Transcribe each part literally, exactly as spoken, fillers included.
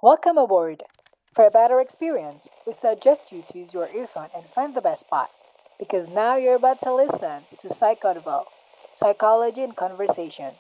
Welcome aboard. For a better experience, we suggest you to use your earphone and find the best spot. Because now you're about to listen to Psychonvo, Psychology and Conversation.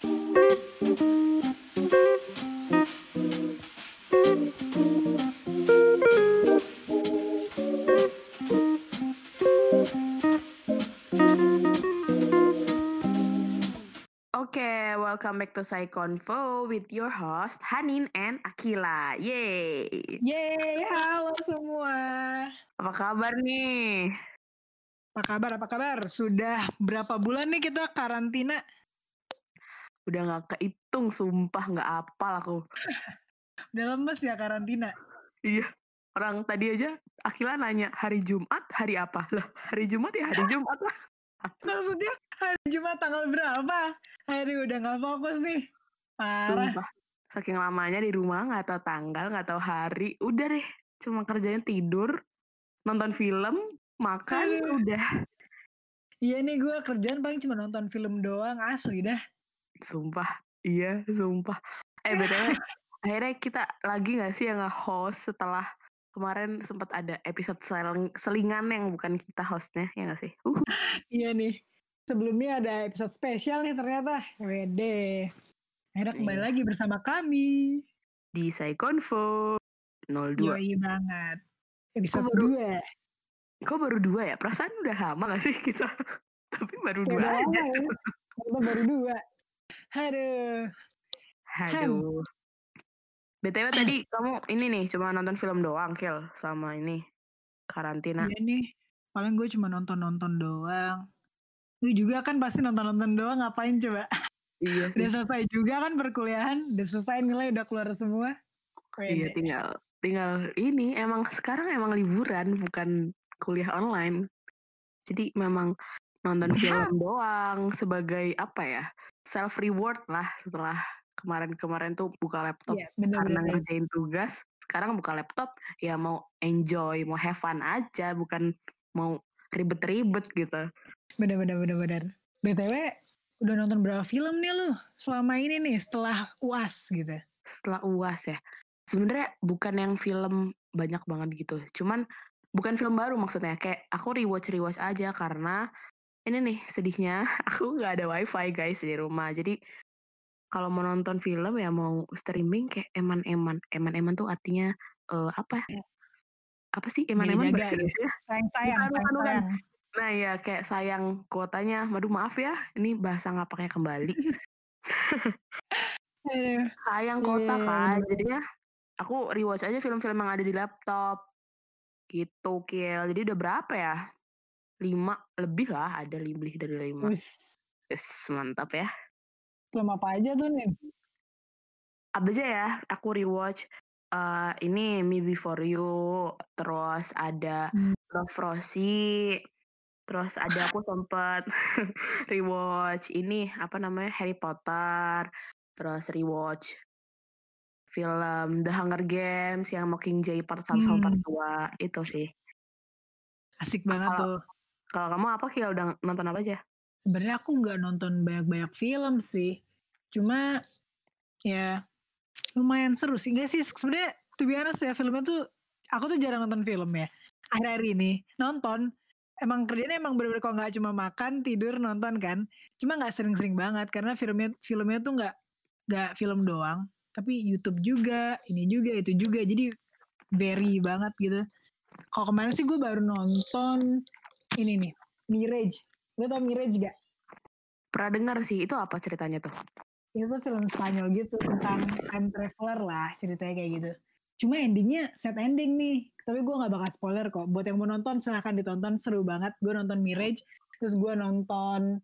Oke, welcome back to Psychonvo with your host Hanin and Akila. Yeay. Yeay, halo semua. Apa kabar nih? Apa kabar, apa kabar? Sudah berapa bulan nih kita karantina? Udah gak kehitung, sumpah gak apal aku. Udah lemes ya karantina? Iya, orang tadi aja Akila nanya hari Jumat hari apa? Lah, hari Jumat ya hari Jumat lah. Maksudnya hari Jumat tanggal berapa? Aduh, udah gak fokus nih. Parah. Sumpah, saking lamanya di rumah gak tahu tanggal, gak tahu hari. Udah deh, cuma kerjanya tidur, nonton film, makan, Aduh. udah. Iya nih, gue kerjaan paling cuma nonton film doang, asli dah. Sumpah, iya sumpah. Eh B T W, akhirnya kita lagi gak sih yang nge-host setelah kemarin sempat ada episode seling, selingan yang bukan kita hostnya, ya gak sih? Uh. Iya nih, sebelumnya ada episode spesial nih ternyata. Wede. Akhirnya kembali Iya. lagi bersama kami di Psychonvo nol dua. Yoi banget. Episode Kok baru, dua. Kok baru dua ya? Perasaan udah lama gak sih kita? Tapi baru Kayak dua udah aja. lama ya. Kita baru dua. Aduh. Aduh. B T W tadi kamu ini nih cuma nonton film doang, Kil, sama ini karantina. Iya nih, paling gue cuma nonton-nonton doang. Lu juga kan pasti nonton-nonton doang, ngapain coba? Iya sih. Udah selesai juga kan perkuliahan, udah selesai nilai udah keluar semua. Iya, tinggal tinggal ini emang sekarang emang liburan bukan kuliah online. Jadi memang nonton film doang sebagai apa ya? Self reward lah setelah kemarin-kemarin tuh buka laptop Iya, bener, karena bener. ngerjain tugas. Sekarang buka laptop ya mau enjoy, mau have fun aja, bukan mau ribet-ribet gitu. Bener, bener, bener, bener. B T W, udah nonton berapa film nih lu selama ini nih setelah U A S gitu? Setelah U A S ya. Sebenarnya bukan yang film banyak banget gitu. Cuman bukan film baru maksudnya. Kayak aku rewatch-rewatch aja karena ini nih sedihnya aku nggak ada wifi guys di rumah. Jadi kalau mau nonton film ya mau streaming kayak eman-eman. Eman-eman tuh artinya uh, apa? Apa sih eman-eman bahasa Indonesia? Sayang-sayang, Bukan, bukan, bukan. sayang. Nah ya kayak sayang kuotanya. Aduh maaf ya, ini bahasa ngapaknya kembali. Sayang kuota kan, jadinya aku rewatch aja film-film yang ada di laptop. Gitu, Kil. Jadi udah berapa ya? Lima lebih lah, ada lebih dari lima. Wis. Yes, mantap ya. Film apa aja tuh nih? Apa aja ya? Aku rewatch uh, ini Me Before You, terus ada hmm. Love Rosie, terus ada aku sempet rewatch ini apa namanya Harry Potter, terus rewatch film The Hunger Games yang Mockingjay part satu sama part dua itu sih. Asik banget kalo, tuh. Kalau kamu apa Kil, udah nonton apa aja? Sebenarnya aku nggak nonton banyak-banyak film sih. Cuma ya lumayan seru sih. Nggak sih sebenarnya to be honest ya, filmnya tuh aku tuh jarang nonton film ya. Akhir-akhir ini nonton emang kerjanya emang bener-bener kalau nggak cuma makan tidur nonton kan. Cuma nggak sering-sering banget karena filmnya filmnya tuh nggak nggak film doang, tapi YouTube juga, ini juga, itu juga. Jadi very banget gitu. Kalau kemarin sih gue baru nonton ini nih, Mirage. Lo tau Mirage gak? Pernah dengar sih, itu apa ceritanya tuh? Itu film Spanyol gitu tentang time traveler lah ceritanya kayak gitu. Cuma endingnya sad ending nih, tapi gue nggak bakal spoiler kok. Buat yang mau nonton silahkan ditonton, seru banget. Gue nonton Mirage, terus gue nonton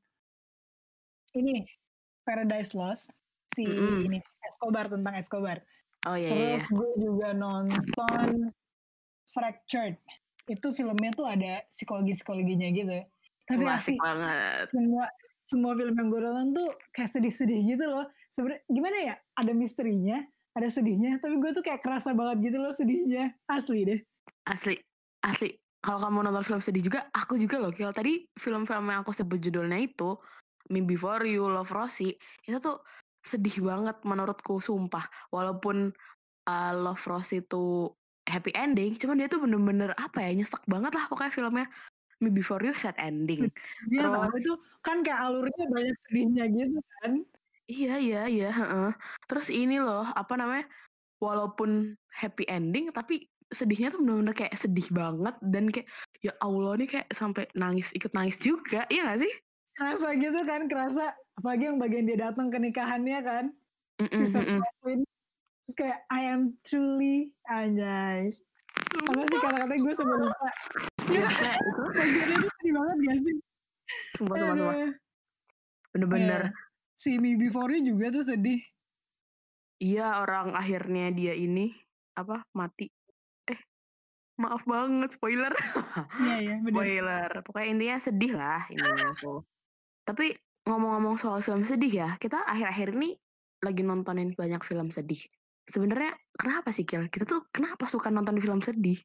ini Paradise Lost si mm-hmm. ini Escobar, tentang Escobar. Oh iya. Terus iya. gue juga nonton Fractured. Itu filmnya tuh ada psikologi-psikologinya gitu. Tapi asik banget. Semua semua film yang gue nonton tuh kayak sedih-sedih gitu loh. Sebenarnya gimana ya? Ada misterinya, ada sedihnya, tapi gue tuh kayak kerasa banget gitu loh sedihnya. Asli deh. Asli, asli. Kalau kamu nonton film sedih juga, aku juga loh. Kalau tadi film-film yang aku sebut judulnya itu, Me Before You, Love Rosie, itu tuh sedih banget menurutku, sumpah. Walaupun uh, Love Rosie itu happy ending, cuman dia tuh bener-bener apa ya, nyesek banget lah pokoknya filmnya. Me Before You sad ending. Dia tahu Terus itu kan kayak alurnya banyak sedihnya gitu kan. iya iya iya, heeh. Terus ini loh, apa namanya? Walaupun happy ending tapi sedihnya tuh bener-bener kayak sedih banget dan kayak ya Allah nih kayak sampai nangis ikut nangis juga, iya gak sih? Kerasa gitu kan, kerasa apalagi yang bagian dia datang ke nikahannya kan. Si Mm-mm, Seth mm-mm. Rogen. Terus kayak I am truly anjay. Apa sih kata-katanya gue sampai lupa. Iya, pokoknya itu Bagiannya itu sedih banget gak sih? sumpah sumpah sumpah. Aduh. Bener-bener Eh, si Me Before You juga tuh sedih. iya orang akhirnya dia ini apa mati. Eh, maaf banget spoiler. Iya ya bener. Spoiler. Pokoknya intinya sedih lah ininya tuh. Tapi ngomong-ngomong soal film sedih ya, kita akhir-akhir ini lagi nontonin banyak film sedih. Sebenarnya kenapa sih Kil? Kita tuh kenapa suka nonton film sedih?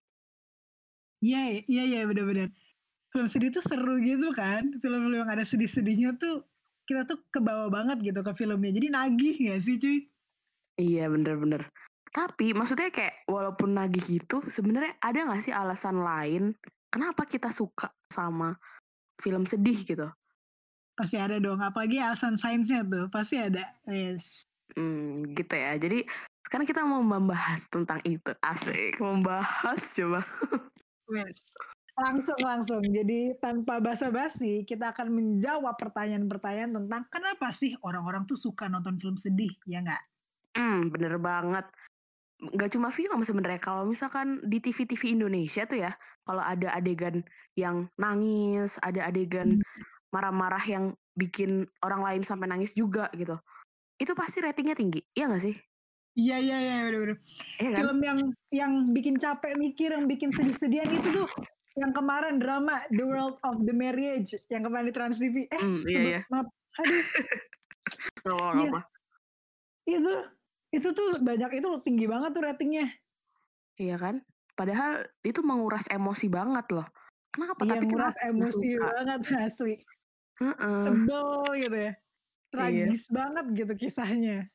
Iya iya iya bener-bener. Film sedih tuh seru gitu kan. Film-film yang ada sedih-sedihnya tuh kita tuh kebawa banget gitu ke filmnya. Jadi nagih gak sih cuy? Iya bener-bener. Tapi maksudnya kayak walaupun nagih gitu, sebenarnya ada nggak sih alasan lain kenapa kita suka sama film sedih gitu? Pasti ada dong. Apalagi alasan sainsnya tuh. Pasti ada. Yes. Hmm, gitu ya. Jadi sekarang kita mau membahas tentang itu. Asik, membahas coba. Yes. Langsung langsung. Jadi tanpa basa-basi kita akan menjawab pertanyaan-pertanyaan tentang kenapa sih orang-orang tuh suka nonton film sedih, ya nggak? Hmm, bener banget. Nggak cuma film sebenarnya. Kalau misalkan di T V-T V Indonesia tuh ya, kalau ada adegan yang nangis, ada adegan marah-marah yang bikin orang lain sampai nangis juga gitu. Itu pasti ratingnya tinggi, iya nggak sih? Iya iya iya bener-bener. Iya kan? Film yang yang bikin capek mikir, yang bikin sedih-sedihan itu tuh yang kemarin drama The World of the Marriage yang kemarin di Trans T V. Eh, Hmm, iya sebut iya. maaf. Aduh, Nggak apa iya. apa. Itu itu tuh banyak itu tinggi banget tuh ratingnya. Iya kan? Padahal itu menguras emosi banget loh. Kenapa? Iya Tapi nguras kenapa kita emosi suka? banget asli. Heeh. Sebel gitu ya. Iya. Tragis banget gitu kisahnya.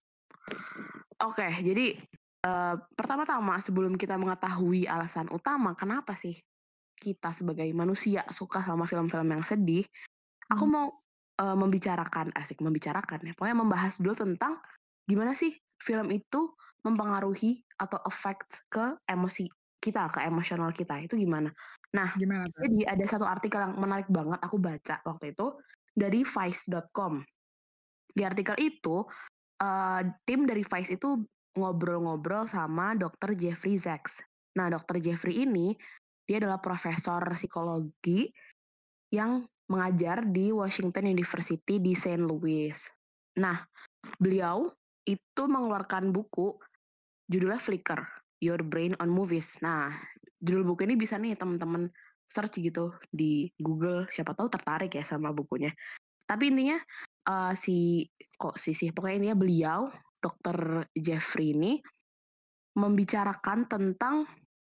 Oke, jadi uh, pertama-tama sebelum kita mengetahui alasan utama kenapa sih kita sebagai manusia suka sama film-film yang sedih, aku Hmm. mau uh, membicarakan, asik membicarakan ya, pokoknya membahas dulu tentang gimana sih film itu mempengaruhi atau affect ke emosi kita, ke emosional kita, itu gimana. Nah, Gimana tuh? jadi ada satu artikel yang menarik banget aku baca waktu itu dari vice dot com. Di artikel itu, uh, tim dari Vice itu ngobrol-ngobrol sama dokter Jeffrey Sachs. Nah, dokter Jeffrey ini, dia adalah profesor psikologi yang mengajar di Washington University di Saint Louis. Nah, beliau itu mengeluarkan buku judulnya Flicker, Your Brain on Movies. Nah, judul buku ini bisa nih teman-teman search gitu di Google, siapa tahu tertarik ya sama bukunya. Tapi intinya uh, si kok sih sih pokoknya intinya beliau dokter Jeffrey ini membicarakan tentang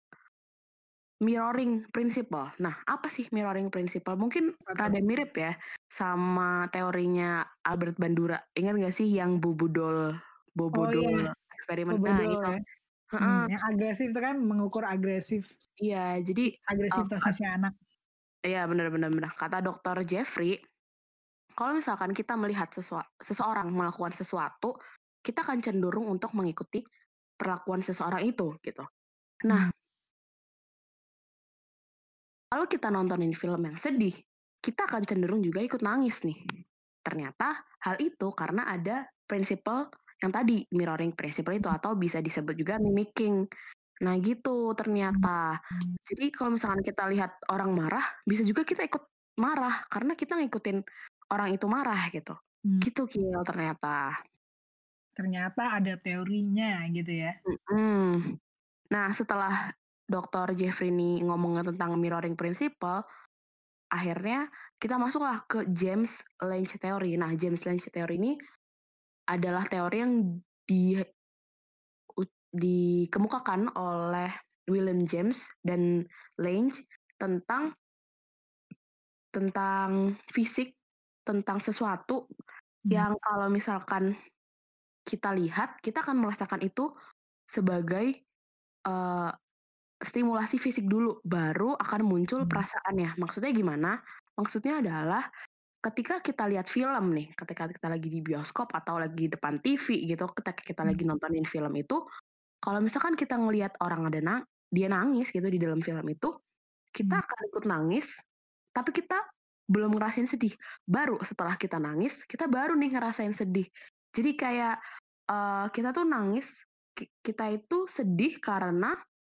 mirroring principle. Nah, apa sih mirroring principle? Mungkin rada mirip ya sama teorinya Albert Bandura. Ingat nggak sih yang Bobodol Bobodol Oh, iya. eksperimen? Bobodol, Nah, itu. ya. Hmm, yang agresif itu kan mengukur agresif. Iya, jadi agresivitasnya uh, si anak. Iya, benar-benar. Kata dokter Jeffrey, kalau misalkan kita melihat sesua- seseorang melakukan sesuatu, kita akan cenderung untuk mengikuti perlakuan seseorang itu, gitu. Nah, Hmm. kalau kita nontonin film yang sedih, kita akan cenderung juga ikut nangis nih. Ternyata hal itu karena ada prinsipal yang tadi, mirroring principle itu, atau bisa disebut juga mimicking. Nah gitu ternyata. Hmm. Jadi kalau misalkan kita lihat orang marah, bisa juga kita ikut marah, karena kita ngikutin orang itu marah gitu. Hmm. Gitu Kil ternyata. Ternyata ada teorinya gitu ya. Mm-mm. Nah setelah dokter Jeffrey ini ngomongin tentang mirroring principle, akhirnya kita masuklah ke James Lange Theory. Nah James Lange Theory ini adalah teori yang di, dikemukakan oleh William James dan Lange tentang tentang fisik, tentang sesuatu Hmm. yang kalau misalkan kita lihat, kita akan merasakan itu sebagai uh, stimulasi fisik dulu, baru akan muncul Hmm. perasaannya. Maksudnya gimana? Maksudnya adalah ketika kita lihat film nih, ketika kita lagi di bioskop atau lagi depan T V gitu, ketika kita Hmm. lagi nontonin film itu, kalau misalkan kita ngelihat orang ada nang, dia nangis gitu di dalam film itu, kita Hmm. akan ikut nangis, tapi kita belum ngerasain sedih. Baru setelah kita nangis, kita baru nih ngerasain sedih. Jadi kayak uh, kita tuh nangis, ki- kita itu sedih karena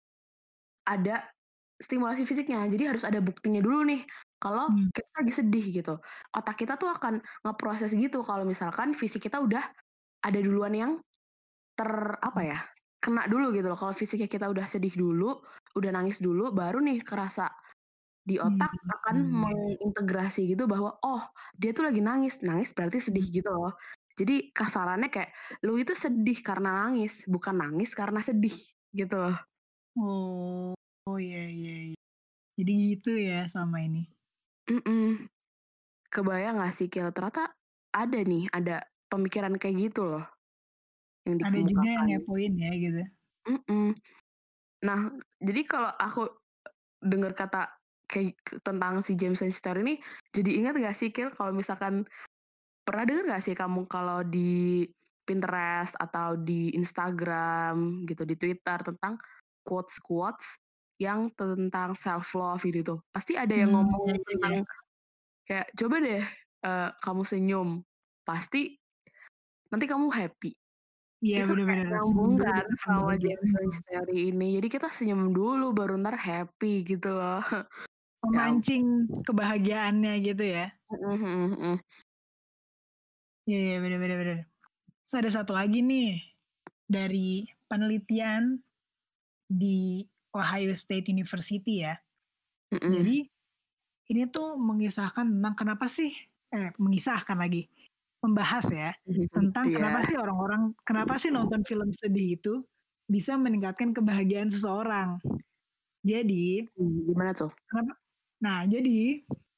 ada stimulasi fisiknya. Jadi harus ada buktinya dulu nih kalau Hmm. kita lagi sedih gitu. Otak kita tuh akan ngeproses gitu kalau misalkan fisik kita udah ada duluan yang ter apa ya? Kena dulu gitu loh. Kalau fisiknya kita udah sedih dulu, udah nangis dulu, baru nih kerasa di otak akan Hmm. mengintegrasi gitu bahwa oh, dia tuh lagi nangis. Nangis berarti sedih gitu loh. Jadi kasarannya kayak lu itu sedih karena nangis, bukan nangis karena sedih gitu loh. Oh, oh iya iya iya. Jadi gitu ya sama ini. Mm-mm. Kebayang gak sih Kil? Ternyata ada nih, ada pemikiran kayak gitu loh yang Ada juga yang dikemukakan. ngepoin ya gitu. Mm-mm. Nah, jadi kalau aku dengar kata kayak tentang si James Lannister ini, jadi ingat gak sih Kil kalau misalkan pernah dengar gak sih kamu kalau di Pinterest atau di Instagram gitu, di Twitter tentang quotes-quotes yang tentang self love gitu tuh. Pasti ada yang Hmm, ngomong iya, iya, tentang iya. kayak coba deh uh, kamu senyum, pasti nanti kamu happy. Iya Itu kayak benar-benar senyum nyambung dulu kan baru kamu sama bahagia. James Lynch theory ini. Jadi kita senyum dulu baru ntar happy gitu loh. Ya ampun. Memancing kebahagiaannya gitu ya. Mm, mm, mm. Iya iya benar-benar benar. So ada satu lagi nih dari penelitian di Ohio State University ya. Mm, mm. Jadi ini tuh mengisahkan tentang kenapa sih eh mengisahkan lagi membahas ya tentang Iya. kenapa sih orang-orang kenapa sih nonton film sedih itu bisa meningkatkan kebahagiaan seseorang. Jadi Hmm, Gimana tuh? kenapa? Nah jadi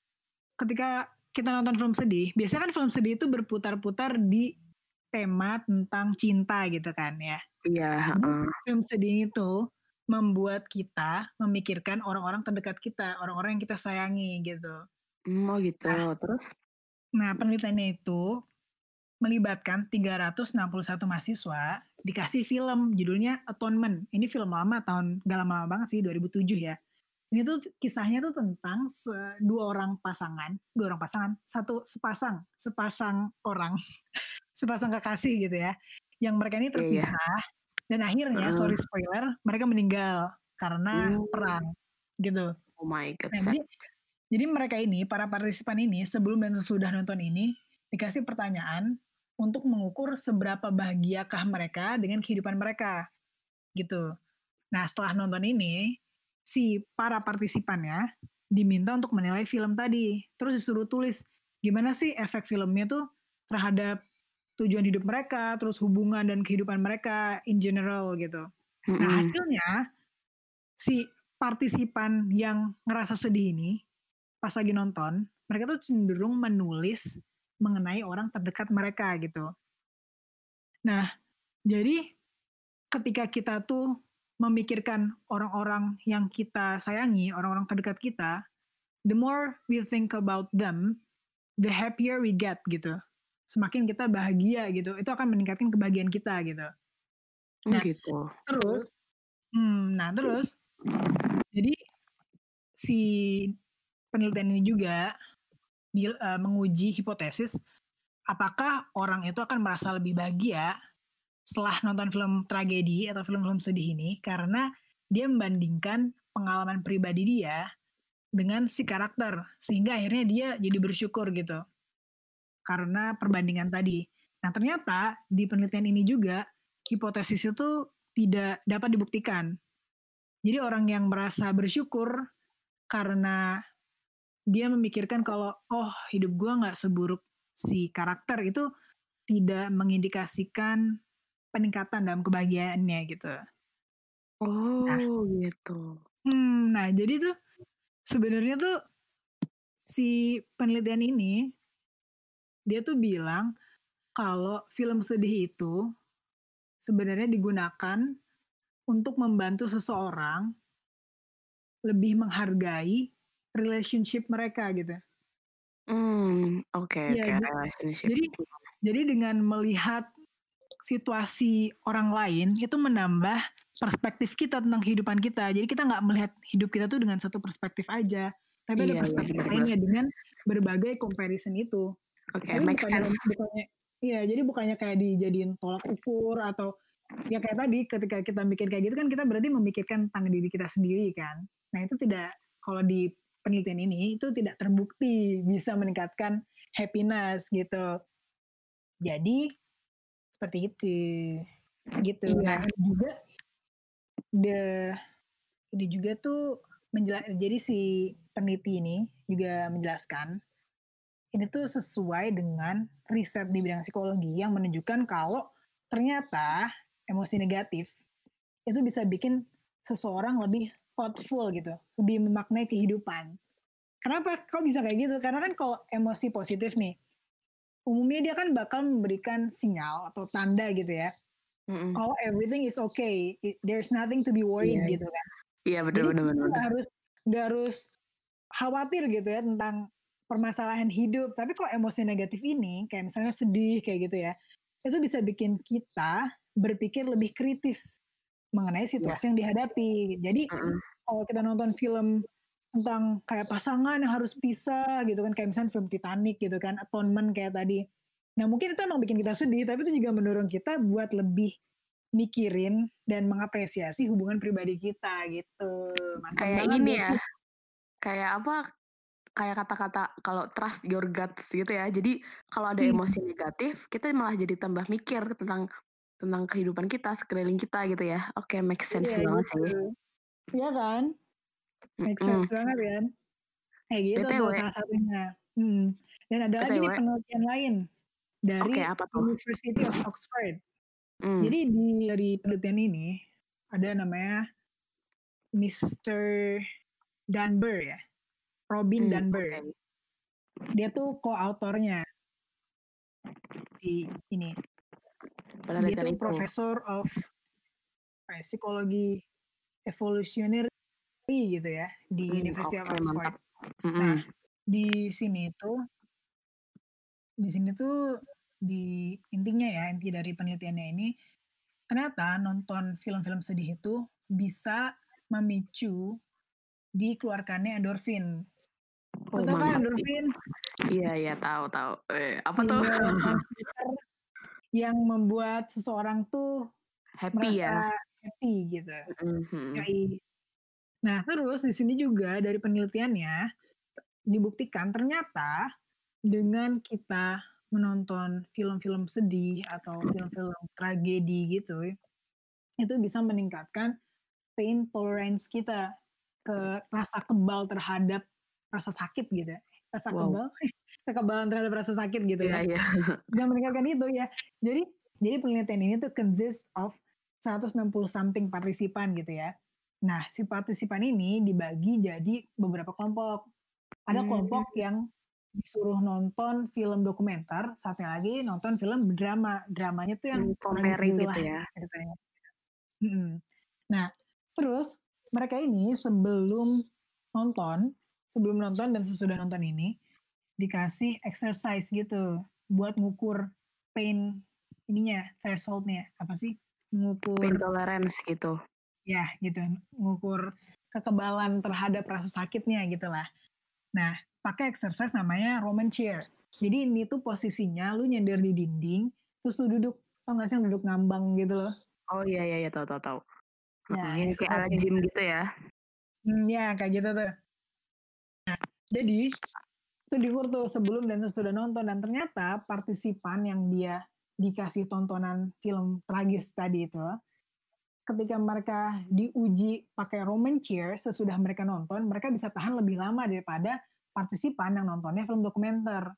ketika kita nonton film sedih, biasanya kan film sedih itu berputar-putar di tema tentang cinta gitu kan ya. Iya. Jadi Uh. film sedih itu membuat kita memikirkan orang-orang terdekat kita, orang-orang yang kita sayangi gitu. Hmm, oh gitu. Nah, Terus? nah penelitiannya itu melibatkan tiga ratus enam puluh satu mahasiswa dikasih film judulnya Atonement. Ini film lama tahun gak lama banget sih dua ribu tujuh ya. Ini tuh kisahnya tuh tentang se- dua orang pasangan, dua orang pasangan, satu sepasang, sepasang orang, sepasang kekasih gitu ya. Yang mereka ini Iya, iya. terpisah dan akhirnya, Uh. sorry spoiler, mereka meninggal karena Hmm. perang gitu. Oh my god. Nah, jadi, jadi mereka ini, para partisipan ini, sebelum dan sesudah nonton ini, dikasih pertanyaan untuk mengukur seberapa bahagiakah mereka dengan kehidupan mereka, gitu. Nah, setelah nonton ini, si para partisipannya diminta untuk menilai film tadi. Terus disuruh tulis, gimana sih efek filmnya tuh terhadap tujuan hidup mereka, terus hubungan dan kehidupan mereka in general gitu. Mm-mm. Nah, hasilnya, si partisipan yang ngerasa sedih ini, pas lagi nonton, mereka tuh cenderung menulis mengenai orang terdekat mereka gitu. Nah, jadi ketika kita tuh memikirkan orang-orang yang kita sayangi, orang-orang terdekat kita, the more we think about them, the happier we get gitu. Semakin kita bahagia gitu, itu akan meningkatkan kebahagiaan kita gitu. Nah, gitu. terus, hmm, nah terus, jadi si penelitian ini juga di, uh, menguji hipotesis apakah orang itu akan merasa lebih bahagia setelah nonton film tragedi atau film-film sedih ini karena dia membandingkan pengalaman pribadi dia dengan si karakter sehingga akhirnya dia jadi bersyukur gitu karena perbandingan tadi. Nah ternyata di penelitian ini juga hipotesis itu tidak dapat dibuktikan. Jadi orang yang merasa bersyukur karena dia memikirkan kalau oh hidup gue nggak seburuk si karakter itu tidak mengindikasikan peningkatan dalam kebahagiaannya gitu. Oh Nah, gitu. hmm, nah jadi tuh sebenarnya tuh si penelitian ini dia tuh bilang kalau film sedih itu sebenarnya digunakan untuk membantu seseorang lebih menghargai relationship mereka gitu. Hmm, oke Iya, oke, ja relationship. jadi jadi dengan melihat situasi orang lain itu menambah perspektif kita tentang kehidupan kita. Jadi kita nggak melihat hidup kita tuh dengan satu perspektif aja, tapi ada Iya iya, perspektif benar benar. lainnya dengan berbagai comparison itu. Oke, Tapi make bukannya sense. bukannya iya, jadi bukannya kayak dijadiin tolak ukur atau ya kayak tadi ketika kita mikir kayak gitu kan kita berarti memikirkan tentang diri kita sendiri kan. Nah, itu tidak kalau di penelitian ini itu tidak terbukti bisa meningkatkan happiness gitu. Jadi seperti itu. Gitu. Nah, Iya. ini juga the ini juga tuh menjela jadi si peneliti ini juga menjelaskan ini tuh sesuai dengan riset di bidang psikologi yang menunjukkan kalau ternyata emosi negatif itu bisa bikin seseorang lebih thoughtful gitu, lebih memaknai kehidupan. Kenapa kok bisa kayak gitu? Karena kan kalau emosi positif nih, umumnya dia kan bakal memberikan sinyal atau tanda gitu ya. Mm-mm. Oh, everything is okay, there's nothing to be worried Iya, gitu kan. iya benar Jadi benar kita benar. nggak harus nggak harus khawatir gitu ya tentang permasalahan hidup. Tapi kok emosi negatif ini, kayak misalnya sedih kayak gitu ya, itu bisa bikin kita berpikir lebih kritis mengenai Iya. situasi yang dihadapi. Jadi Mm-mm. kalau kita nonton film tentang kayak pasangan yang harus pisah gitu kan, kayak misalnya film Titanic gitu kan, Atonement kayak tadi. Nah mungkin itu emang bikin kita sedih, tapi itu juga mendorong kita buat lebih mikirin dan mengapresiasi hubungan pribadi kita gitu. Mantap Kayak banget ini gak ya, sih? kayak apa? Kayak kata-kata kalau trust your guts gitu ya. Jadi kalau ada Hmm, emosi negatif, kita malah jadi tambah mikir tentang tentang kehidupan kita, sekeliling kita gitu ya. Oke, make sense iya banget gitu. sih. Iya kan? Make Mm-mm. sense banget kan? Kayak gitu tuh B T W, salah satunya. Hmm. Dan ada lagi nih B T W. penelitian lain Oke, dari apa tuh? University of Oxford. Hmm. Jadi di dari penelitian ini ada namanya mister Dunbar ya, Robin Hmm, Dunbar. oke. Dia tuh co-autornya di ini. Dia Penelitian tuh itu. profesor of apa ya, psikologi evolutionary gitu ya di Hmm, University of oke, Oxford. mantap. Mm-mm. Nah, di sini tuh di sini tuh di intinya ya, inti dari penelitiannya ini ternyata nonton film-film sedih itu bisa memicu dikeluarkannya endorfin. Oh, Atau kan mantap. endorfin Iya, iya, tahu, tahu. Eh, apa si tuh? neurotransmitter yang membuat seseorang tuh Happy ya. merasa happy gitu. Mm-mm. Yoi. Nah, terus di sini juga dari penelitiannya dibuktikan ternyata dengan kita menonton film-film sedih atau film-film tragedi gitu, itu bisa meningkatkan pain tolerance kita ke rasa kebal terhadap rasa sakit gitu ya. Rasa Wow. kebal, kekebalan terhadap rasa sakit gitu Iya, ya. iya. Dan meningkatkan itu ya. Jadi jadi penelitian ini tuh consist of seratus enam puluh something partisipan gitu ya. Nah, si partisipan ini dibagi jadi beberapa kelompok. Ada Hmm, kelompok yang disuruh nonton film dokumenter, satunya lagi nonton film drama. Dramanya tuh yang hmm, tragis comparing gitulah gitu ya. ceritanya. Mm-mm. Nah, terus mereka ini sebelum nonton, sebelum nonton dan sesudah nonton ini dikasih exercise gitu buat ngukur pain ininya, thresholdnya apa sih? Pain Ngukur tolerance gitu. ya gitu, ngukur kekebalan terhadap rasa sakitnya gitulah. Nah, pakai exercise namanya Roman chair. Jadi ini tuh posisinya lu nyender di dinding, terus lu duduk, tau gak sih yang duduk ngambang gitu loh. Oh iya, iya, iya, tahu, tahu, tahu. Heeh, Nah, yang kayak ala exercise kayak gym gitu. gitu ya. Hmm, ya kayak gitu tuh. Nah, jadi itu diukur tuh sebelum dan sesudah nonton. Dan ternyata partisipan yang dia dikasih tontonan film tragis tadi itu, ketika mereka diuji pakai Roman chair sesudah mereka nonton, mereka bisa tahan lebih lama daripada partisipan yang nontonnya film dokumenter.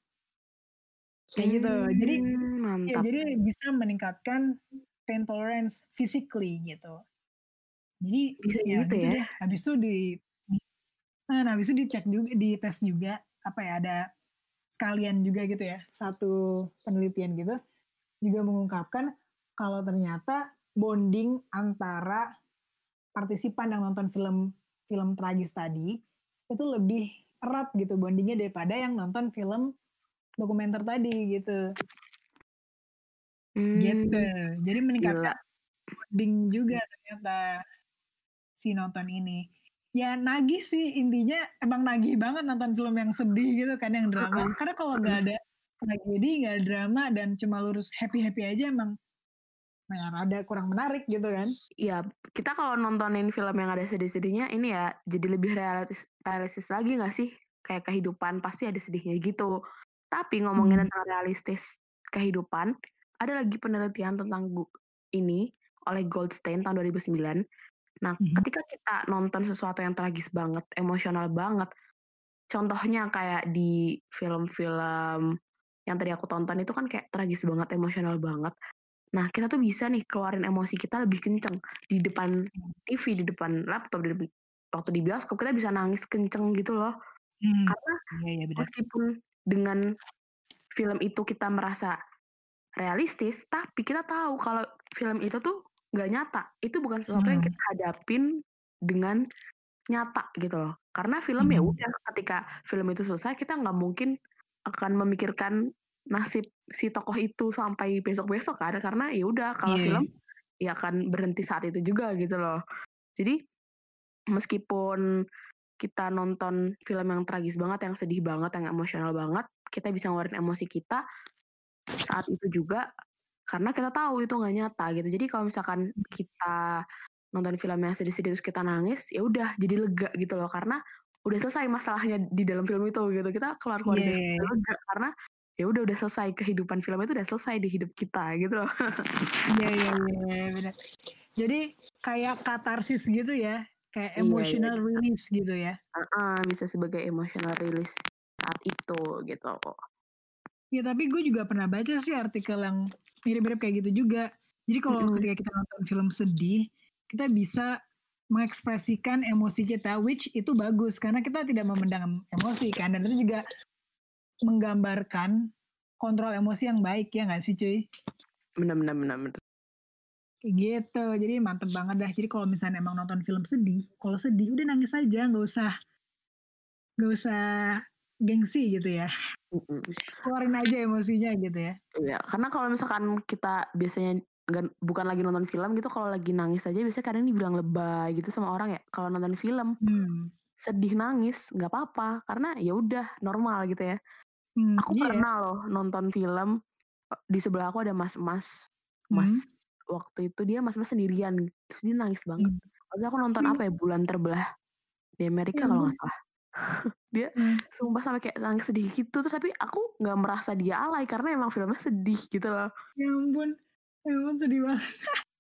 Kayak gitu. Jadi Hmm, ya mantap. jadi bisa meningkatkan pain tolerance physically gitu. Jadi Bisa ya gitu gitu ya. deh. Habis itu di, di nah, habis itu dicek juga, dites juga apa ya ada sekalian juga gitu ya. Satu penelitian gitu juga mengungkapkan kalau ternyata bonding antara partisipan yang nonton film film tragis tadi itu lebih erat gitu bondingnya daripada yang nonton film dokumenter tadi gitu. Gitu. Hmm, Jadi meningkatkan gila. bonding juga ternyata si nonton ini. Ya nagih sih intinya emang nagih banget nonton film yang sedih gitu kan yang drama. Heeh, Karena kalau heeh. nggak ada tragedi, nggak ada drama dan cuma lurus happy-happy aja emang nah, rada kurang menarik gitu kan. Iya, kita kalau nontonin film yang ada sedih-sedihnya ini ya jadi lebih realistis realistis lagi nggak sih? Kayak kehidupan pasti ada sedihnya gitu. Tapi ngomongin Hmm. tentang realistis kehidupan, ada lagi penelitian tentang gu- ini oleh Goldstein tahun dua ribu sembilan. Nah, Mhm. ketika kita nonton sesuatu yang tragis banget, emosional banget, contohnya kayak di film-film yang tadi aku tonton itu kan kayak tragis banget, emosional banget. Nah, kita tuh bisa nih keluarin emosi kita lebih kenceng di depan T V, di depan laptop, di depan- waktu di bioskop kita bisa nangis kenceng gitu loh. Hmm. Karena Iya iya benar. meskipun dengan film itu kita merasa realistis, tapi kita tahu kalau film itu tuh nggak nyata. Itu bukan sesuatu yang Hmm. kita hadapin dengan nyata gitu loh. Karena film ya Hmm. udah ketika film itu selesai kita nggak mungkin akan memikirkan nasib si tokoh itu sampai besok-besok kan karena ya udah kalau Iya. film ya akan berhenti saat itu juga gitu loh. Jadi meskipun kita nonton film yang tragis banget, yang sedih banget, yang emosional banget, kita bisa ngeluarin emosi kita saat itu juga karena kita tahu itu nggak nyata gitu. Jadi kalau misalkan kita nonton film yang sedih-sedih terus kita nangis, ya udah jadi lega gitu loh karena udah selesai masalahnya di dalam film itu gitu. Kita keluar-keluar Iya besok iya udah iya. lega karena ya udah udah selesai kehidupan film itu udah selesai di hidup kita gitu loh. Iya iya iya benar. Jadi kayak katarsis gitu ya, kayak Iya iya emotional bisa. release gitu ya. Heeh, bisa sebagai emotional release saat itu gitu. Ya tapi gue juga pernah baca sih artikel yang mirip-mirip kayak gitu juga. Jadi kalau Mm-mm. ketika kita nonton film sedih, kita bisa mengekspresikan emosi kita, which itu bagus karena kita tidak memendam emosi kan, dan itu juga menggambarkan kontrol emosi yang baik ya nggak sih cuy? Bener bener bener bener. Kayak gitu, jadi mantep banget dah. Jadi kalau misalnya emang nonton film sedih, kalau sedih udah nangis aja, nggak usah nggak usah gengsi gitu ya. Mm-mm. Keluarin aja emosinya gitu ya. Iya, karena kalau misalkan kita biasanya nggak- bukan lagi nonton film gitu, kalau lagi nangis aja biasanya kadang dibilang lebay gitu sama orang ya. Kalau nonton film Hmm. sedih nangis nggak apa-apa karena ya udah normal gitu ya. Hmm, Aku iya. pernah loh nonton film di sebelah aku ada mas-mas, mas Hmm. waktu itu dia mas-mas sendirian, terus dia nangis banget. Hmm. Waktu itu aku nonton Ya, apa ya Bulan Terbelah di Amerika ya kalau ampun. nggak salah. Dia Hmm. sumpah sampai kayak nangis sedih gitu terus tapi aku nggak merasa dia alay karena emang filmnya sedih gitu loh. Ya ampun. Ya ampun sedih banget.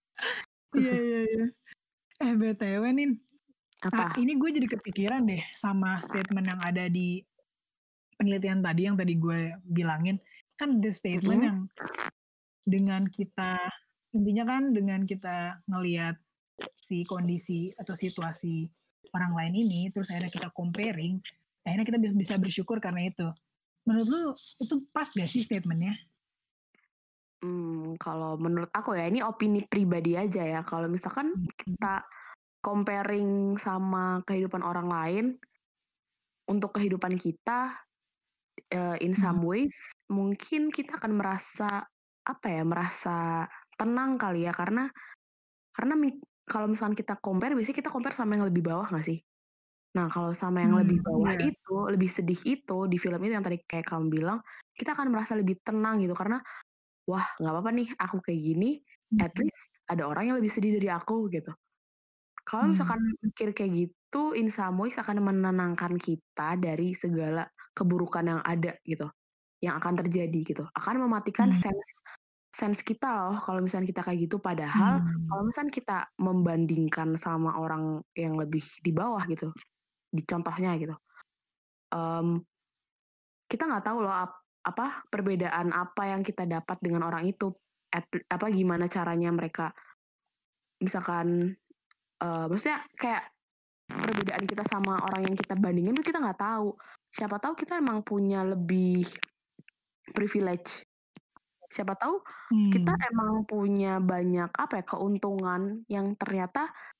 Iya iya iya. Eh B T W Nin, ah, Apa? ini gue jadi kepikiran deh sama statement yang ada di penelitian tadi yang tadi gue bilangin. Kan ada statement Mm-mm. yang dengan kita, intinya kan dengan kita ngelihat si kondisi atau situasi orang lain ini, terus akhirnya kita comparing, akhirnya kita bisa- bisa bersyukur karena itu. Menurut lu itu pas gak sih statementnya? Hmm, kalau menurut aku ya ini opini pribadi aja ya. Kalau misalkan kita comparing sama kehidupan orang lain untuk kehidupan kita uh, in some Hmm. ways mungkin kita akan merasa apa ya merasa tenang kali ya karena karena mi- kalau misalkan kita compare biasanya kita compare sama yang lebih bawah nggak sih? Nah kalau sama yang Hmm, lebih bawah iya. itu lebih sedih itu di film itu yang tadi kayak kamu bilang kita akan merasa lebih tenang gitu karena wah nggak apa-apa nih aku kayak gini at Hmm. least ada orang yang lebih sedih dari aku gitu. Kalau Hmm. misalkan mikir kayak gitu, in some ways akan menenangkan kita dari segala keburukan yang ada gitu, yang akan terjadi gitu. Akan mematikan Hmm. sense sense kita loh kalau misalnya kita kayak gitu. Padahal Hmm. kalau misalnya kita membandingkan sama orang yang lebih di bawah gitu, di contohnya gitu, um, kita nggak tahu loh ap- apa perbedaan apa yang kita dapat dengan orang itu, at, apa gimana caranya mereka, misalkan, uh, maksudnya kayak perbedaan kita sama orang yang kita bandingin tuh kita nggak tahu. Siapa tahu kita emang punya lebih privilege. Siapa tahu kita Hmm. emang punya banyak apa ya keuntungan yang ternyata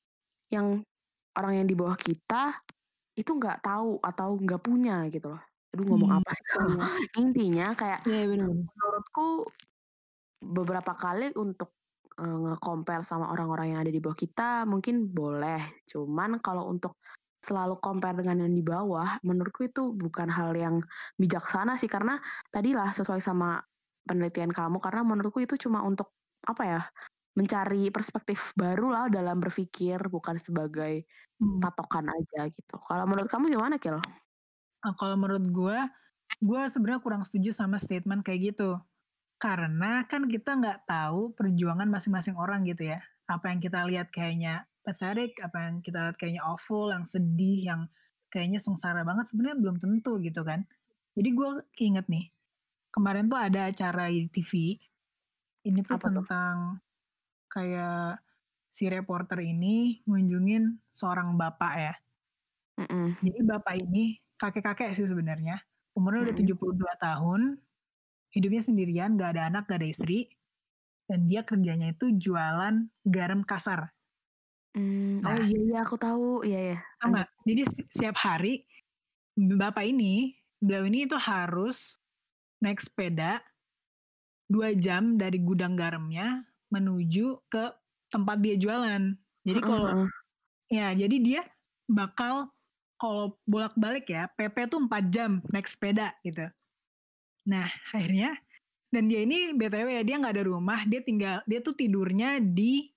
yang orang yang di bawah kita itu nggak tahu atau nggak punya gitu loh. Aduh ngomong Hmm, apa sih? iya. Intinya kayak Iya benar. menurutku beberapa kali untuk uh, nge-compare sama orang-orang yang ada di bawah kita mungkin boleh. Cuman kalau untuk selalu compare dengan yang di bawah, menurutku itu bukan hal yang bijaksana sih. Karena tadilah sesuai sama penelitian kamu, karena menurutku itu cuma untuk apa ya, mencari perspektif baru lah dalam berpikir, bukan sebagai Hmm. patokan aja gitu. Kalau menurut kamu gimana, Kil? Nah, kalau menurut gue, gue sebenarnya kurang setuju sama statement kayak gitu. Karena kan kita nggak tahu perjuangan masing-masing orang gitu ya. Apa yang kita lihat kayaknya pathetic, apa yang kita lihat kayaknya awful, yang sedih, yang kayaknya sengsara banget sebenarnya belum tentu gitu kan. Jadi gue inget nih, kemarin tuh ada acara di T V, ini tuh Apa tuh? tentang kayak si reporter ini ngunjungin seorang bapak ya. Mm-mm. Jadi bapak ini kakek-kakek sih sebenarnya, umurnya udah Mm-mm. tujuh puluh dua tahun, hidupnya sendirian, gak ada anak, gak ada istri, dan dia kerjanya itu jualan garam kasar. Mm, oh Nah, iya iya aku tahu, iya ya. sama. Jadi si- setiap hari bapak ini, beliau ini itu harus naik sepeda dua jam dari gudang garamnya menuju ke tempat dia jualan. Jadi kalau ya, jadi dia bakal kalau bolak-balik ya, P P tuh empat jam naik sepeda gitu. Nah, akhirnya dan dia ini B T W ya, dia nggak ada rumah, dia tinggal dia tuh tidurnya di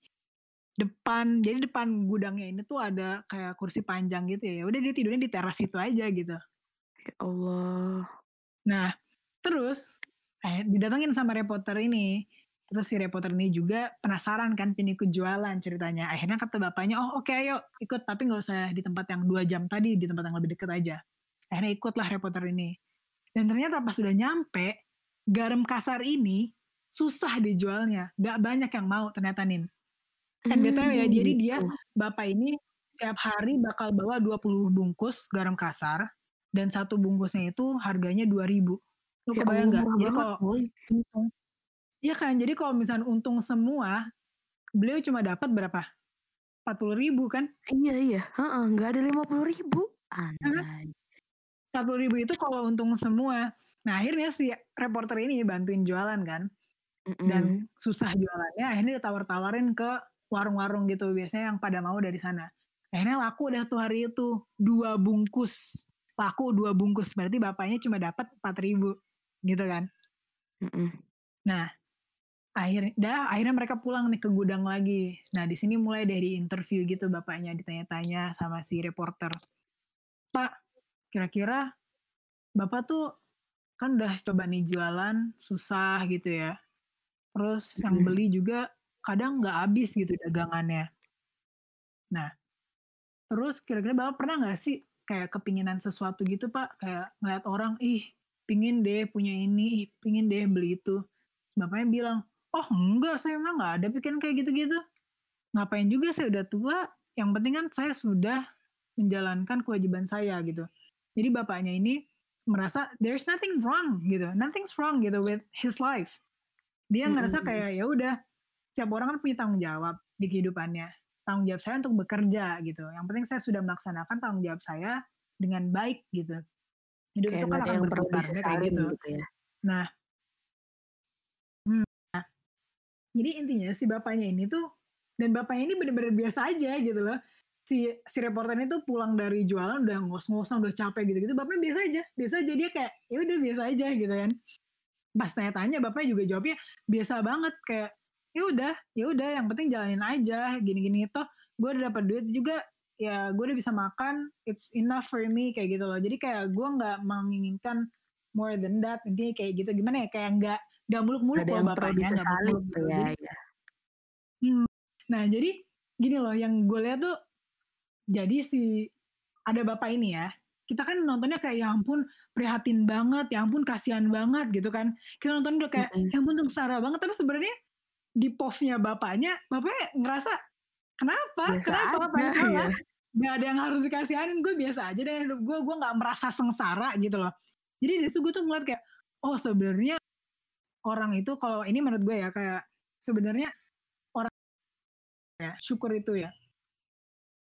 depan. Jadi depan gudangnya ini tuh ada kayak kursi panjang gitu ya. Ya udah dia tidurnya di teras itu aja gitu. Ya Allah. Nah, terus eh, didatengin sama reporter ini. Terus si reporter ini juga penasaran kan, pengen ikut jualan ceritanya. Akhirnya kata bapaknya, oh oke okay, ayo ikut, tapi nggak usah di tempat yang dua jam tadi, di tempat yang lebih dekat aja. Akhirnya ikutlah reporter ini. Dan ternyata pas sudah nyampe, garam kasar ini susah dijualnya. Gak banyak yang mau ternyata Nin. Dan B T W ya, Hmm, jadi dia, gitu. bapak ini setiap hari bakal bawa dua puluh bungkus garam kasar, dan satu bungkusnya itu harganya dua ribu. Lu Ya kebayang Allah nggak? murah Jadi banget, kalau boy. untung, iya kan, jadi kalau misalnya untung semua, beliau cuma dapat berapa? empat puluh ribu kan? Iya iya, heeh, nggak ada lima puluh ribu. Karena Anjay. empat puluh ribu itu kalau untung semua. Nah akhirnya si reporter ini bantuin jualan kan, Mm-mm. dan susah jualannya, akhirnya ditawar-tawarin ke warung-warung gitu, biasanya yang pada mau dari sana. Akhirnya laku dah tuh hari itu, dua bungkus. Laku dua bungkus, berarti bapaknya cuma dapat empat ribu gitu kan. Mm-mm. Nah, akhirnya, dah, akhirnya mereka pulang nih ke gudang lagi. Nah, di sini mulai dari interview gitu bapaknya, ditanya-tanya sama si reporter. Pak, kira-kira Bapak tuh kan udah coba nih jualan, susah gitu ya. Terus yang Mm-mm. beli juga kadang nggak habis gitu dagangannya. Nah, terus kira-kira Bapak pernah nggak sih kayak kepinginan sesuatu gitu Pak? Kayak ngeliat orang, ih pingin deh punya ini, ih pingin deh beli itu. Terus Bapaknya bilang, oh enggak, saya emang nggak ada pikiran kayak gitu-gitu. Ngapain juga, saya udah tua, yang penting kan saya sudah menjalankan kewajiban saya gitu. Jadi bapaknya ini merasa there's nothing wrong gitu, nothing's wrong gitu with his life. Dia ngerasa Mm-mm. kayak ya udah, setiap orang kan punya tanggung jawab di kehidupannya. Tanggung jawab saya untuk bekerja gitu. Yang penting saya sudah melaksanakan tanggung jawab saya dengan baik gitu. Hidup Kayak itu kan nggak ada akan yang perlu berputar, dia kayak disesalin gitu. gitu ya. Nah, hmm, nah, jadi intinya si bapaknya ini tuh, dan bapaknya ini bener-bener biasa aja gitu loh. Si si reporter ini tuh pulang dari jualan udah ngos-ngosan, udah capek gitu-gitu, bapaknya biasa aja, biasa aja dia kayak ya udah biasa aja gitu kan. Pas tanya-tanya bapaknya juga jawabnya biasa banget, kayak ya udah, ya udah yang penting jalanin aja, gini-gini itu gue udah dapat duit juga, ya gue udah bisa makan, it's enough for me kayak gitu loh. Jadi kayak gue nggak menginginkan more than that, intinya kayak gitu. Gimana ya, kayak nggak nggak muluk-muluk Nggak ada loh yang perlu bapaknya, nggak disesali muluk-muluk gitu gitu. ya. Jadi Ya. hmm, nah jadi gini loh yang gue lihat tuh, jadi si ada bapak ini ya, kita kan nontonnya kayak ya ampun prihatin banget, ya ampun kasihan banget gitu kan. Kita nonton udah kayak Mm-mm. ya ampun sengsara banget, tapi sebenarnya di P O V-nya bapaknya, bapaknya ngerasa kenapa? Biasa Kenapa? Apa aja yang salah? ya. Gak ada yang harus dikasihanin, gue biasa aja deh hidup gue, gue gak merasa sengsara gitu loh. Jadi dari situ gue tuh ngeliat kayak, oh sebenarnya orang itu, kalau ini menurut gue ya, kayak sebenarnya orang ya syukur itu ya,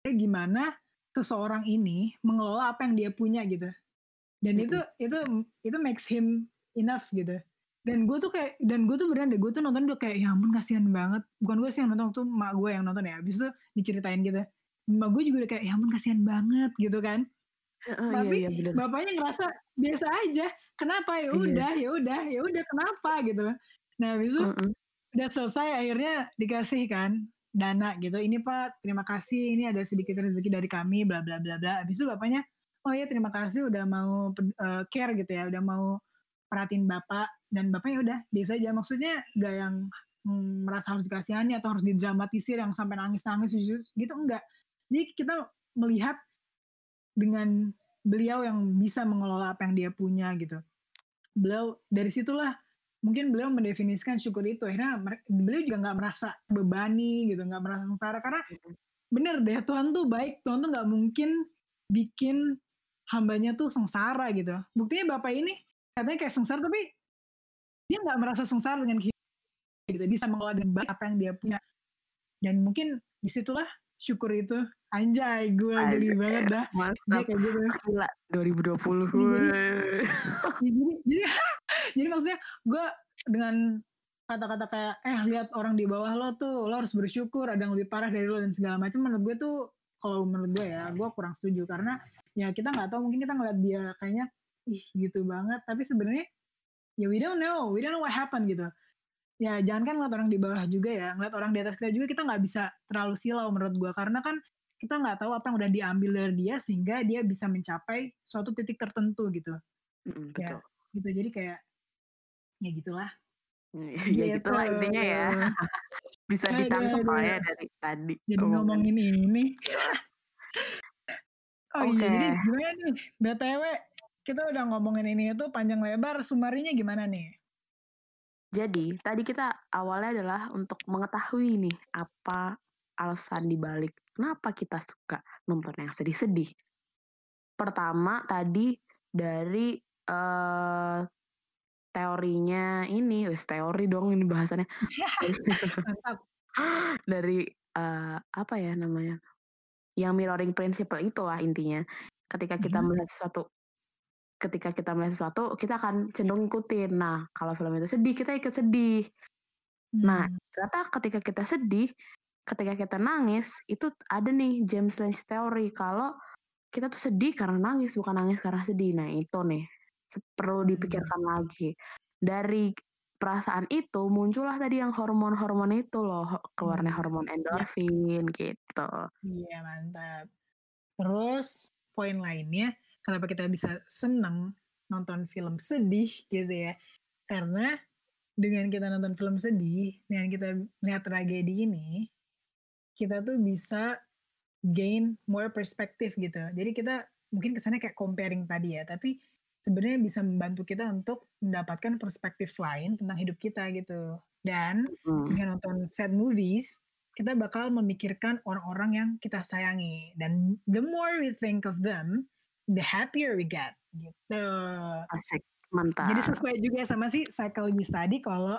gimana seseorang ini mengelola apa yang dia punya gitu. Dan itu itu itu makes him enough gitu. Dan gue tuh kayak dan gue tuh beneran deh, gue tuh nonton udah kayak ya ampun kasihan banget. Bukan gue sih yang nonton, waktu mak gue yang nonton ya. Habis itu diceritain gitu. Mak gue juga udah kayak ya ampun kasihan banget gitu kan. Oh, iya, Tapi iya, bener. bapaknya ngerasa biasa aja. Kenapa? Ya udah, ya udah, ya udah kenapa gitu. Nah, habis itu Uh-uh. udah selesai akhirnya dikasih kan dana gitu. Ini Pak, terima kasih. Ini ada sedikit rezeki dari kami bla bla bla bla. Habis itu bapaknya, "Oh iya, terima kasih udah mau uh, care gitu ya, udah mau perhatiin Bapak." Dan bapaknya udah biasa aja. Maksudnya gak yang hmm, merasa harus dikasihani atau harus didramatisir yang sampai nangis-nangis gitu, enggak. Jadi kita melihat dengan beliau yang bisa mengelola apa yang dia punya gitu. Beliau dari situlah mungkin beliau mendefinisikan syukur itu. Akhirnya beliau juga nggak merasa bebani gitu, nggak merasa sengsara karena bener deh Tuhan tuh baik. Tuhan tuh nggak mungkin bikin hambanya tuh sengsara gitu. Buktinya bapak ini katanya kayak sengsara tapi dia nggak merasa sengsara dengan hidup gitu, bisa mengelola dengan baik apa yang dia punya. Dan mungkin disitulah syukur itu. Anjay, gue geli banget dah. Dia kayak gitu. Gila, dua ribu dua puluh. Jadi, jadi, jadi, jadi maksudnya gue dengan kata-kata kayak eh lihat orang di bawah lo tuh, lo harus bersyukur ada yang lebih parah dari lo dan segala macam, menurut gue tuh kalau menurut gue ya gue kurang setuju karena ya kita nggak tahu, mungkin kita ngeliat dia kayaknya ih gitu banget tapi sebenarnya ya we don't know we don't know what happened gitu. Ya jangan kan ngeliat orang di bawah juga ya, ngeliat orang di atas kita juga kita nggak bisa terlalu silau menurut gue karena kan kita nggak tahu apa yang udah diambil dari dia sehingga dia bisa mencapai suatu titik tertentu gitu. Mm, ya betul. gitu jadi kayak ya gitulah. Ya gitulah intinya ya. Bisa ditangkap lah ya dari tadi. Jadi ngomongin ini. Oh Oke. iya, jadi gimana nih? B T W kita udah ngomongin ini itu panjang lebar, sumarinya gimana nih? Jadi tadi kita awalnya adalah untuk mengetahui nih apa alasan dibalik kenapa kita suka nonton yang sedih-sedih. Pertama tadi dari uh, teorinya ini, wes teori dong ini bahasannya. Mantap. Dari uh, apa ya namanya? Yang mirroring principle itulah intinya. Ketika kita Hmm. melihat sesuatu, ketika kita melihat sesuatu, kita akan cenderung ikutin. Nah, kalau film itu sedih, kita ikut sedih. Hmm. Nah, ternyata ketika kita sedih, ketika kita nangis, itu ada nih James Lange Theory kalau kita tuh sedih karena nangis, bukan nangis karena sedih. Nah, itu nih perlu dipikirkan hmm. lagi. Dari perasaan itu muncullah tadi yang hormon-hormon itu loh, keluarnya hmm. hormon endorfin ya. Gitu. Iya, mantap. Terus poin lainnya, kenapa kita bisa seneng nonton film sedih gitu ya? Karena dengan kita nonton film sedih, dengan kita lihat tragedi ini, kita tuh bisa gain more perspective gitu. Jadi kita mungkin kesannya kayak comparing tadi ya, tapi sebenarnya bisa membantu kita untuk mendapatkan perspektif lain tentang hidup kita gitu. Dan hmm. dengan nonton sad movies, kita bakal memikirkan orang-orang yang kita sayangi. Dan the more we think of them, the happier we get gitu. Asik. Mantap. Jadi sesuai juga sama si psychologist tadi kalau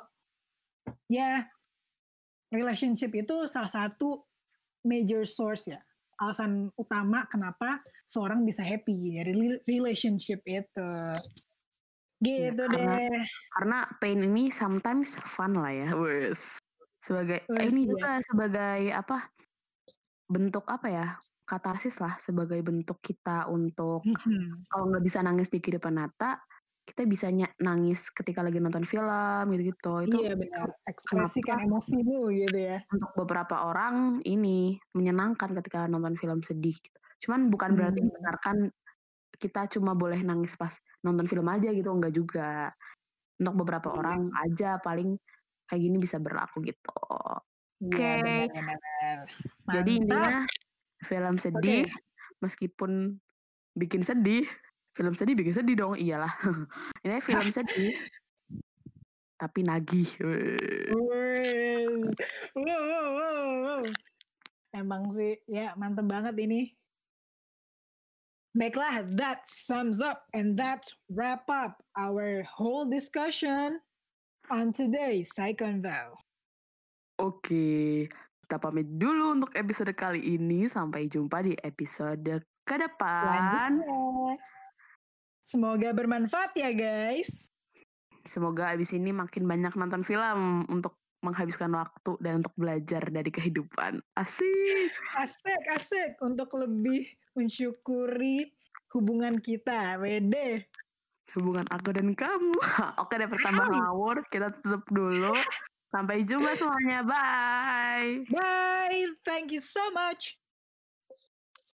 ya relationship itu salah satu major source ya, alasan utama kenapa seorang bisa happy dari relationship itu. Gitu ya, karena, deh. Karena pain ini sometimes fun lah ya, wes. Sebagai Wes, ini ya. Juga sebagai apa? Bentuk apa ya? Katarsis lah, sebagai bentuk kita untuk kalau nggak bisa nangis di kehidupan nyata, kita bisa nangis ketika lagi nonton film gitu-gitu. Itu iya benar, ekspresikan emosimu gitu ya. Untuk beberapa orang ini menyenangkan ketika nonton film sedih gitu. Cuman bukan berarti hmm. benarkan kita cuma boleh nangis pas nonton film aja gitu, enggak juga. Untuk beberapa hmm. orang aja paling kayak gini bisa berlaku gitu. Oke. Okay. Ya, jadi intinya film sedih okay. meskipun bikin sedih, film sedih bikin sedih dong, iyalah. Ini film sedih tapi nagih. Wow, wow, wow, wow. Emang sih ya mantep banget ini. Baiklah, that sums up and that wrap up our whole discussion on today's Psych on Val. Oke, Kita pamit dulu untuk episode kali ini. Sampai jumpa di episode ke depan. Selanjutnya. Semoga bermanfaat ya guys. Semoga abis ini makin banyak nonton film untuk menghabiskan waktu dan untuk belajar dari kehidupan. Asik. Asik, asik. Untuk lebih mensyukuri hubungan kita. Wede. Hubungan aku dan kamu. Oke, daripada tambah ngawur, kita tutup dulu. Sampai jumpa semuanya. Bye. Bye. Thank you so much.